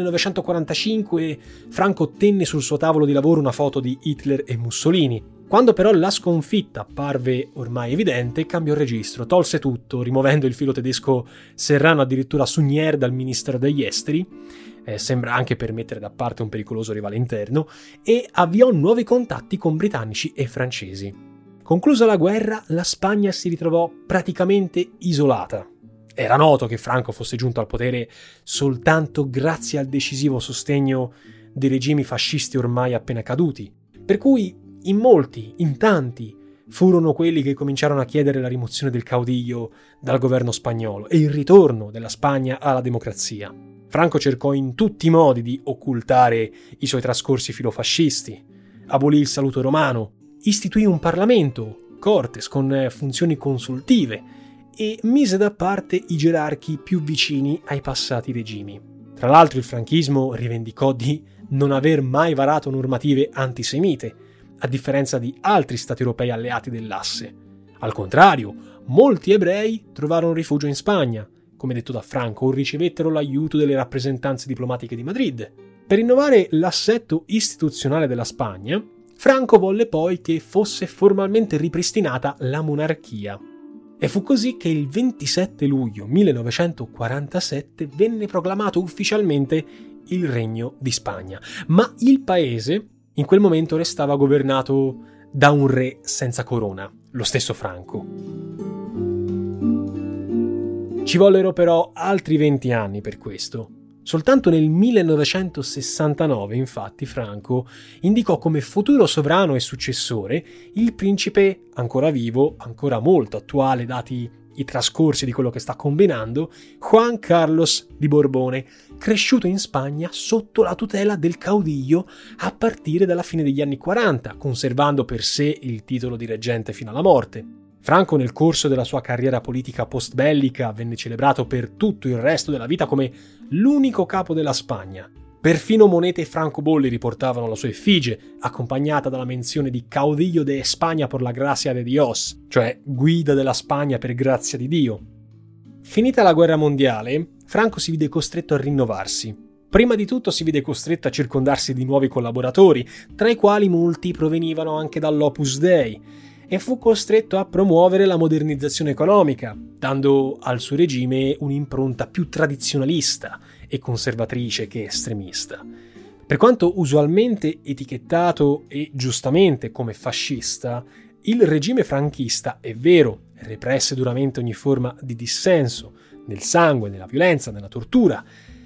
1945 Franco tenne sul suo tavolo di lavoro una foto di Hitler e Mussolini. Quando però la sconfitta apparve ormai evidente, cambiò registro, tolse tutto, rimuovendo il filo tedesco serrano addirittura Sugnier dal Ministero degli Esteri, sembra anche per mettere da parte un pericoloso rivale interno, e avviò nuovi contatti con britannici e francesi. Conclusa la guerra, la Spagna si ritrovò praticamente isolata. Era noto che Franco fosse giunto al potere soltanto grazie al decisivo sostegno dei regimi fascisti ormai appena caduti, per cui in tanti, furono quelli che cominciarono a chiedere la rimozione del caudillo dal governo spagnolo e il ritorno della Spagna alla democrazia. Franco cercò in tutti i modi di occultare i suoi trascorsi filofascisti, abolì il saluto romano, istituì un Parlamento, Cortes, con funzioni consultive, e mise da parte i gerarchi più vicini ai passati regimi. Tra l'altro il franchismo rivendicò di non aver mai varato normative antisemite, a differenza di altri stati europei alleati dell'asse. Al contrario, molti ebrei trovarono rifugio in Spagna, come detto da Franco, o ricevettero l'aiuto delle rappresentanze diplomatiche di Madrid. Per innovare l'assetto istituzionale della Spagna, Franco volle poi che fosse formalmente ripristinata la monarchia. E fu così che il 27 luglio 1947 venne proclamato ufficialmente il Regno di Spagna, ma il paese in quel momento restava governato da un re senza corona, lo stesso Franco. Ci vollero però altri 20 anni per questo. Soltanto nel 1969, infatti, Franco indicò come futuro sovrano e successore il principe ancora vivo, ancora molto attuale dati i trascorsi di quello che sta combinando, Juan Carlos di Borbone, cresciuto in Spagna sotto la tutela del caudillo a partire dalla fine degli anni 40, conservando per sé il titolo di reggente fino alla morte. Franco nel corso della sua carriera politica post-bellica venne celebrato per tutto il resto della vita come l'unico capo della Spagna. Perfino monete francobolli riportavano la sua effigie, accompagnata dalla menzione di caudillo de España por la gracia de Dios, cioè guida della Spagna per grazia di Dio. Finita la guerra mondiale, Franco si vide costretto a rinnovarsi. Prima di tutto si vide costretto a circondarsi di nuovi collaboratori, tra i quali molti provenivano anche dall'Opus Dei, e fu costretto a promuovere la modernizzazione economica, dando al suo regime un'impronta più tradizionalista e conservatrice che estremista. Per quanto usualmente etichettato e giustamente come fascista, il regime franchista, è vero, represse duramente ogni forma di dissenso, nel sangue, nella violenza, nella tortura.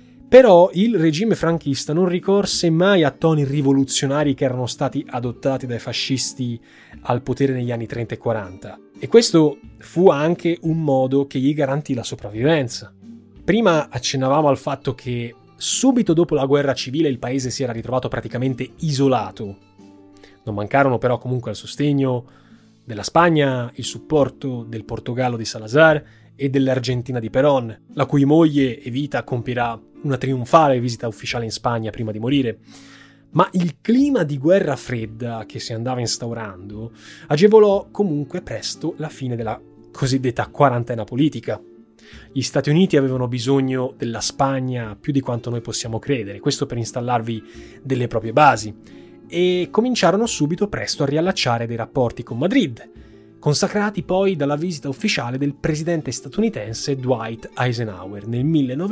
Però il regime franchista non ricorse mai a toni rivoluzionari che erano stati adottati dai fascisti al potere negli anni 30 e 40. E questo fu anche un modo che gli garantì la sopravvivenza. Prima accennavamo al fatto che subito dopo la guerra civile il paese si era ritrovato praticamente isolato. Non mancarono però comunque al sostegno della Spagna, il supporto del Portogallo di Salazar e dell'Argentina di Perón, la cui moglie Evita compirà una trionfale visita ufficiale in Spagna prima di morire. Ma il clima di guerra fredda che si andava instaurando agevolò comunque presto la fine della cosiddetta quarantena politica. Gli Stati Uniti avevano bisogno della Spagna più di quanto noi possiamo credere, questo per installarvi delle proprie basi, e cominciarono subito presto a riallacciare dei rapporti con Madrid, consacrati poi dalla visita ufficiale del presidente statunitense Dwight Eisenhower nel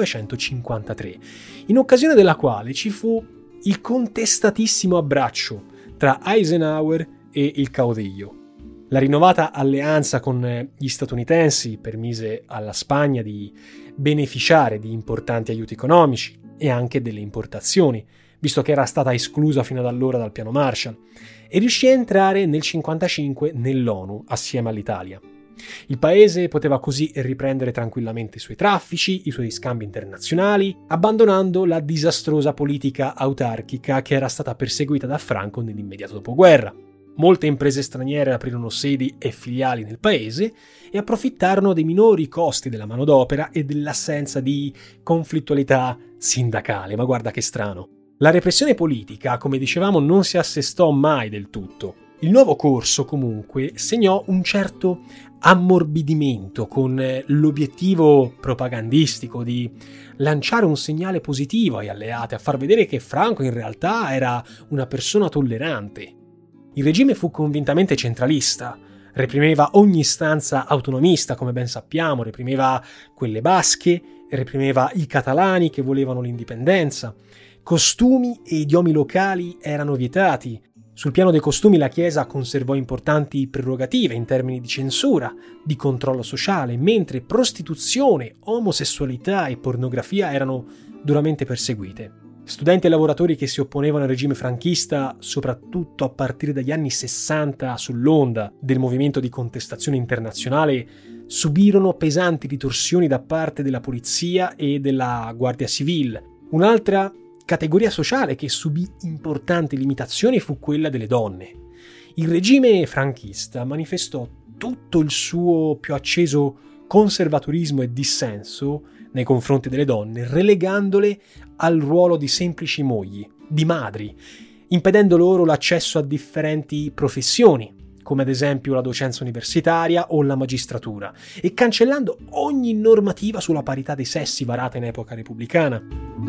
1953, in occasione della quale ci fu il contestatissimo abbraccio tra Eisenhower e il caudillo. La rinnovata alleanza con gli statunitensi permise alla Spagna di beneficiare di importanti aiuti economici e anche delle importazioni, visto che era stata esclusa fino ad allora dal piano Marshall, e riuscì a entrare nel 1955 nell'ONU assieme all'Italia. Il paese poteva così riprendere tranquillamente i suoi traffici, i suoi scambi internazionali, abbandonando la disastrosa politica autarchica che era stata perseguita da Franco nell'immediato dopoguerra. Molte imprese straniere aprirono sedi e filiali nel paese e approfittarono dei minori costi della manodopera e dell'assenza di conflittualità sindacale. Ma guarda che strano. La repressione politica, come dicevamo, non si assestò mai del tutto. Il nuovo corso, comunque, segnò un certo ammorbidimento con l'obiettivo propagandistico di lanciare un segnale positivo agli alleati, a far vedere che Franco in realtà era una persona tollerante. Il regime fu convintamente centralista, reprimeva ogni istanza autonomista, come ben sappiamo, reprimeva quelle basche, reprimeva i catalani che volevano l'indipendenza. Costumi e idiomi locali erano vietati. Sul piano dei costumi la Chiesa conservò importanti prerogative in termini di censura, di controllo sociale, mentre prostituzione, omosessualità e pornografia erano duramente perseguite. Studenti e lavoratori che si opponevano al regime franchista, soprattutto a partire dagli anni 60 sull'onda del movimento di contestazione internazionale, subirono pesanti ritorsioni da parte della polizia e della Guardia Civile. Un'altra categoria sociale che subì importanti limitazioni fu quella delle donne. Il regime franchista manifestò tutto il suo più acceso conservatorismo e dissenso nei confronti delle donne, relegandole al ruolo di semplici mogli, di madri, impedendo loro l'accesso a differenti professioni, come ad esempio la docenza universitaria o la magistratura, e cancellando ogni normativa sulla parità dei sessi varata in epoca repubblicana.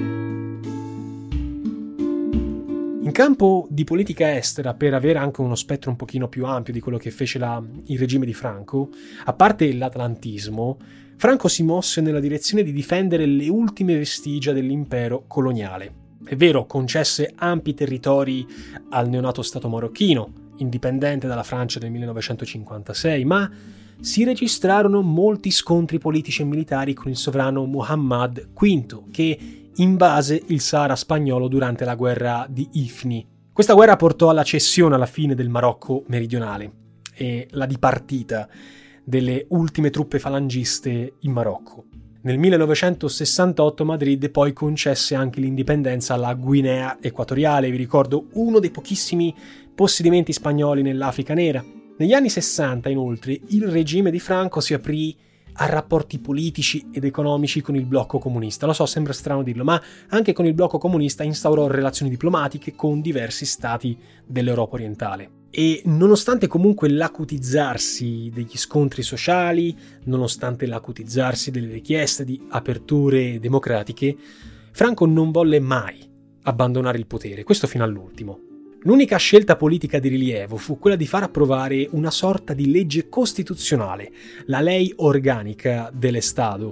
In campo di politica estera, per avere anche uno spettro un pochino più ampio di quello che fece il regime di Franco, a parte l'atlantismo, Franco si mosse nella direzione di difendere le ultime vestigia dell'impero coloniale. È vero, concesse ampi territori al neonato Stato marocchino, indipendente dalla Francia del 1956, ma si registrarono molti scontri politici e militari con il sovrano Muhammad V, che invase il Sahara spagnolo durante la guerra di Ifni. Questa guerra portò alla cessione alla fine del Marocco meridionale e la dipartita delle ultime truppe falangiste in Marocco. Nel 1968 Madrid poi concesse anche l'indipendenza alla Guinea Equatoriale, vi ricordo uno dei pochissimi possedimenti spagnoli nell'Africa nera. Negli anni 60 inoltre il regime di Franco si aprì a rapporti politici ed economici con il blocco comunista. Lo so, sembra strano dirlo, ma anche con il blocco comunista instaurò relazioni diplomatiche con diversi stati dell'Europa orientale. E nonostante comunque l'acutizzarsi degli scontri sociali, nonostante l'acutizzarsi delle richieste di aperture democratiche, Franco non volle mai abbandonare il potere, questo fino all'ultimo. L'unica scelta politica di rilievo fu quella di far approvare una sorta di legge costituzionale, la Ley Orgánica del Estado,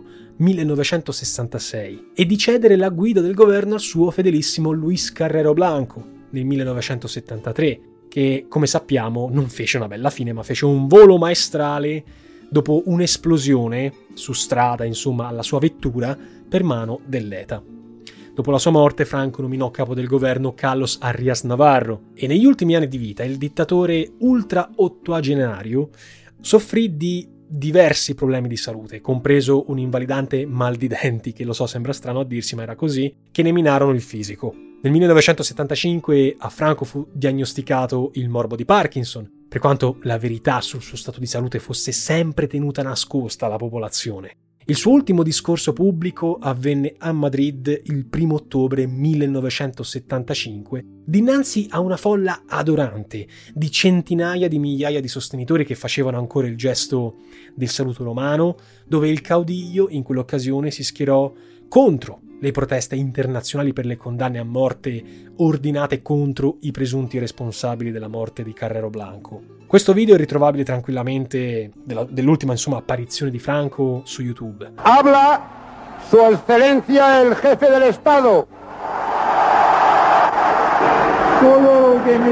1966, e di cedere la guida del governo al suo fedelissimo Luis Carrero Blanco nel 1973, che, come sappiamo, non fece una bella fine, ma fece un volo maestrale dopo un'esplosione su strada, insomma, alla sua vettura per mano dell'ETA. Dopo la sua morte, Franco nominò capo del governo Carlos Arias Navarro e negli ultimi anni di vita il dittatore ultra-ottoagenario soffrì di diversi problemi di salute, compreso un invalidante mal di denti, che lo so sembra strano a dirsi ma era così, che ne minarono il fisico. Nel 1975 a Franco fu diagnosticato il morbo di Parkinson, per quanto la verità sul suo stato di salute fosse sempre tenuta nascosta alla popolazione. Il suo ultimo discorso pubblico avvenne a Madrid il 1 ottobre 1975, dinanzi a una folla adorante di centinaia di migliaia di sostenitori che facevano ancora il gesto del saluto romano, dove il caudillo in quell'occasione si schierò contro le proteste internazionali per le condanne a morte ordinate contro i presunti responsabili della morte di Carrero Blanco. Questo video è ritrovabile tranquillamente dell'ultima apparizione di Franco su YouTube. Habla Su Excelencia el Jefe del Estado. Todo lo que en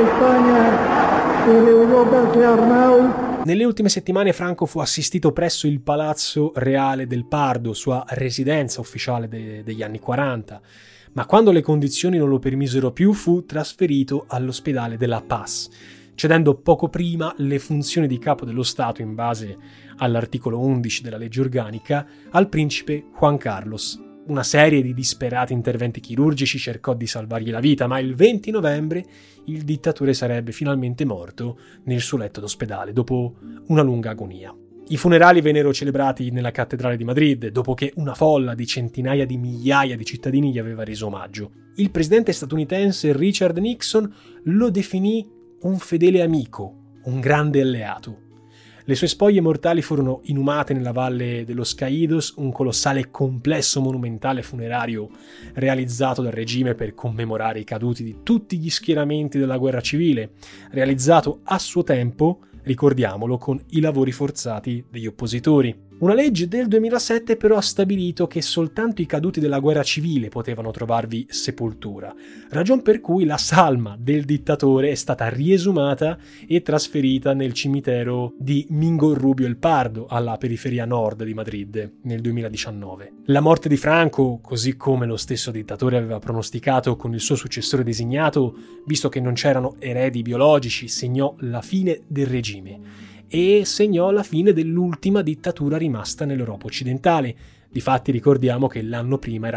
España y en Europa se ha armado. Nelle ultime settimane Franco fu assistito presso il Palazzo Reale del Pardo, sua residenza ufficiale degli anni 40, ma quando le condizioni non lo permisero più fu trasferito all'ospedale de La Paz, cedendo poco prima le funzioni di capo dello Stato in base all'articolo 11 della legge organica al principe Juan Carlos. Una serie di disperati interventi chirurgici cercò di salvargli la vita, ma il 20 novembre il dittatore sarebbe finalmente morto nel suo letto d'ospedale dopo una lunga agonia. I funerali vennero celebrati nella cattedrale di Madrid, dopo che una folla di centinaia di migliaia di cittadini gli aveva reso omaggio. Il presidente statunitense Richard Nixon lo definì un fedele amico, un grande alleato. Le sue spoglie mortali furono inumate nella valle de los Caídos, un colossale complesso monumentale funerario realizzato dal regime per commemorare i caduti di tutti gli schieramenti della guerra civile, realizzato a suo tempo, ricordiamolo, con i lavori forzati degli oppositori. Una legge del 2007 però ha stabilito che soltanto i caduti della guerra civile potevano trovarvi sepoltura, ragion per cui la salma del dittatore è stata riesumata e trasferita nel cimitero di Mingo Rubio el Pardo, alla periferia nord di Madrid, nel 2019. La morte di Franco, così come lo stesso dittatore aveva pronosticato con il suo successore designato, visto che non c'erano eredi biologici, segnò la fine del regime e segnò la fine dell'ultima dittatura rimasta nell'Europa occidentale. Difatti ricordiamo che l'anno prima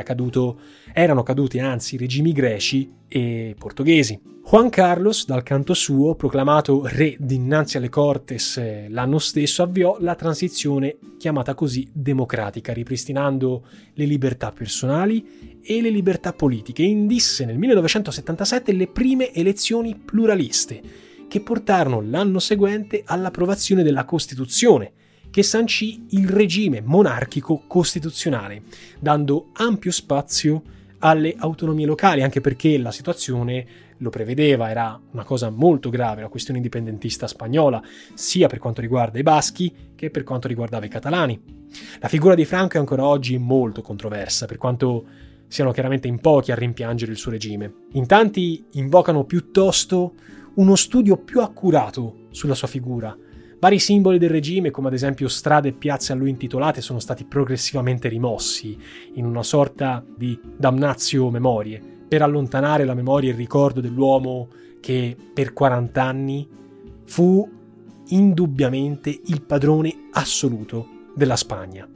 erano caduti regimi greci e portoghesi. Juan Carlos, dal canto suo, proclamato re dinanzi alle Cortes l'anno stesso, avviò la transizione chiamata così democratica, ripristinando le libertà personali e le libertà politiche, e indisse nel 1977 le prime elezioni pluraliste, che portarono l'anno seguente all'approvazione della Costituzione, che sancì il regime monarchico costituzionale, dando ampio spazio alle autonomie locali, anche perché la situazione lo prevedeva, era una cosa molto grave, la questione indipendentista spagnola, sia per quanto riguarda i baschi che per quanto riguardava i catalani. La figura di Franco è ancora oggi molto controversa, per quanto siano chiaramente in pochi a rimpiangere il suo regime. In tanti invocano piuttosto uno studio più accurato sulla sua figura. Vari simboli del regime, come ad esempio strade e piazze a lui intitolate, sono stati progressivamente rimossi in una sorta di damnatio memoriae, per allontanare la memoria e il ricordo dell'uomo che per 40 anni fu indubbiamente il padrone assoluto della Spagna.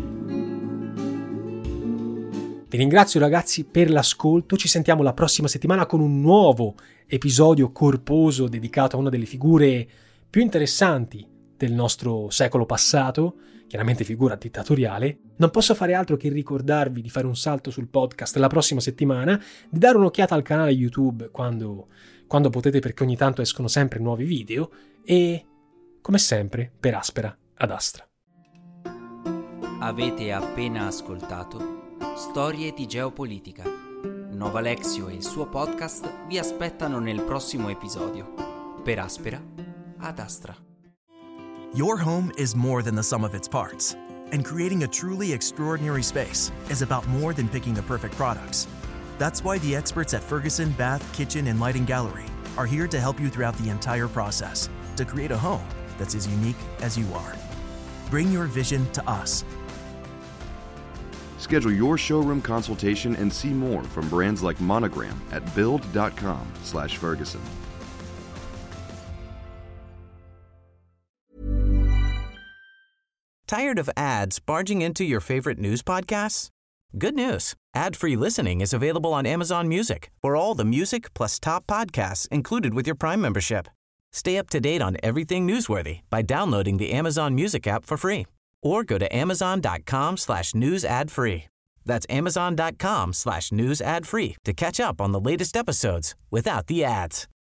Vi ringrazio ragazzi per l'ascolto, ci sentiamo la prossima settimana con un nuovo episodio corposo dedicato a una delle figure più interessanti del nostro secolo passato, chiaramente figura dittatoriale. Non posso fare altro che ricordarvi di fare un salto sul podcast la prossima settimana, di dare un'occhiata al canale YouTube quando potete, perché ogni tanto escono sempre nuovi video, e come sempre per Aspera ad Astra. Avete appena ascoltato Storie di Geopolitica. Nova Lexio e il suo podcast vi aspettano nel prossimo episodio. Per Aspera ad Astra. Your home is more than the sum of its parts, and creating a truly extraordinary space is about more than picking the perfect products. That's why the experts at Ferguson Bath, Kitchen, and Lighting Gallery are here to help you throughout the entire process to create a home that's as unique as you are. Bring your vision to us. Schedule your showroom consultation and see more from brands like Monogram at build.com/Ferguson. Tired of ads barging into your favorite news podcasts? Good news. Ad-free listening is available on Amazon Music for all the music plus top podcasts included with your Prime membership. Stay up to date on everything newsworthy by downloading the Amazon Music app for free or go to amazon.com/news ad free. That's amazon.com/news ad free to catch up on the latest episodes without the ads.